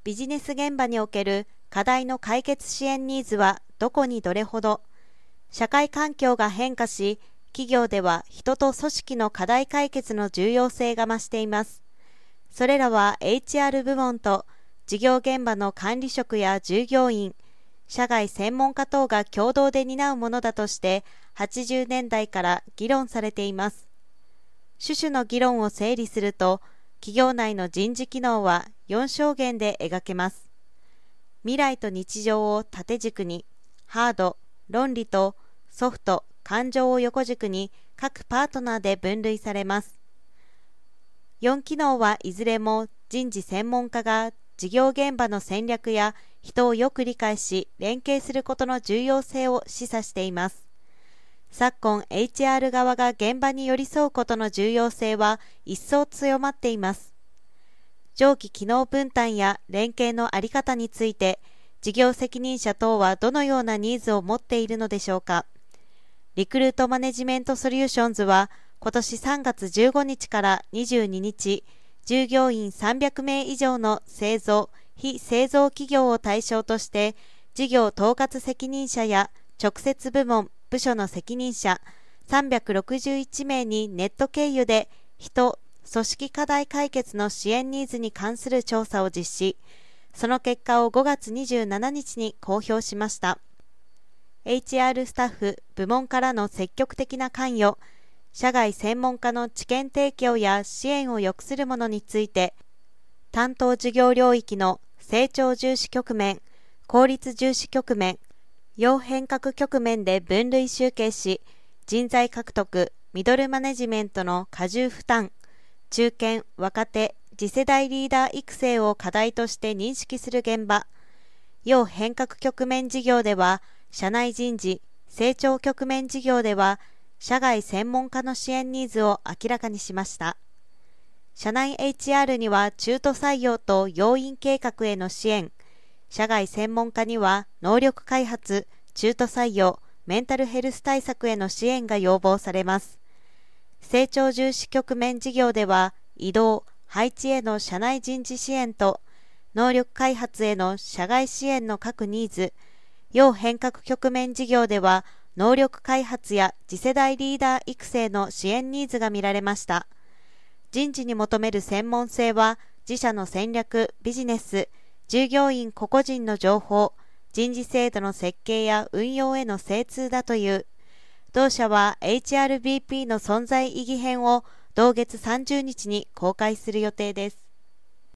ビジネス現場における課題の解決支援ニーズはどこにどれほど、社会環境が変化し、企業では人と組織の課題解決の重要性が増しています。それらは HR 部門と事業現場の管理職や従業員、社外専門家等が共同で担うものだとして80年代から議論されています。種々の議論を整理すると、企業内の人事機能は4象限で描けます。未来と日常を縦軸に、ハード、論理とソフト、感情を横軸に各パートナーで分類されます。4機能はいずれも人事専門家が事業現場の戦略や人をよく理解し連携することの重要性を示唆しています。昨今 HR 側が現場に寄り添うことの重要性は一層強まっています。上記機能分担や連携の在り方について事業責任者等はどのようなニーズを持っているのでしょうか。リクルートマネジメントソリューションズは今年3月15日から22日、従業員300名以上の製造・非製造企業を対象として事業統括責任者や直接部門・部署の責任者361名にネット経由で人・組織課題解決の支援ニーズに関する調査を実施、その結果を5月27日に公表しました。HR スタッフ・部門からの積極的な関与、社外専門家の知見提供や支援を良くするものについて、担当事業領域の成長重視局面、効率重視局面、要変革局面で分類集計し、人材獲得・ミドルマネジメントの過重負担、中堅・若手・次世代リーダー育成を課題として認識する現場、要変革局面事業では、社内人事・成長局面事業では、社外専門家の支援ニーズを明らかにしました。社内 HR には中途採用と要員計画への支援、社外専門家には能力開発、中途採用、メンタルヘルス対策への支援が要望されます。成長重視局面事業では、移動・配置への社内人事支援と、能力開発への社外支援の各ニーズ、要変革局面事業では、能力開発や次世代リーダー育成の支援ニーズが見られました。人事に求める専門性は、自社の戦略・ビジネス、従業員個々人の情報、人事制度の設計や運用への精通だという。同社は HRBP の存在意義編を同月30日に公開する予定です。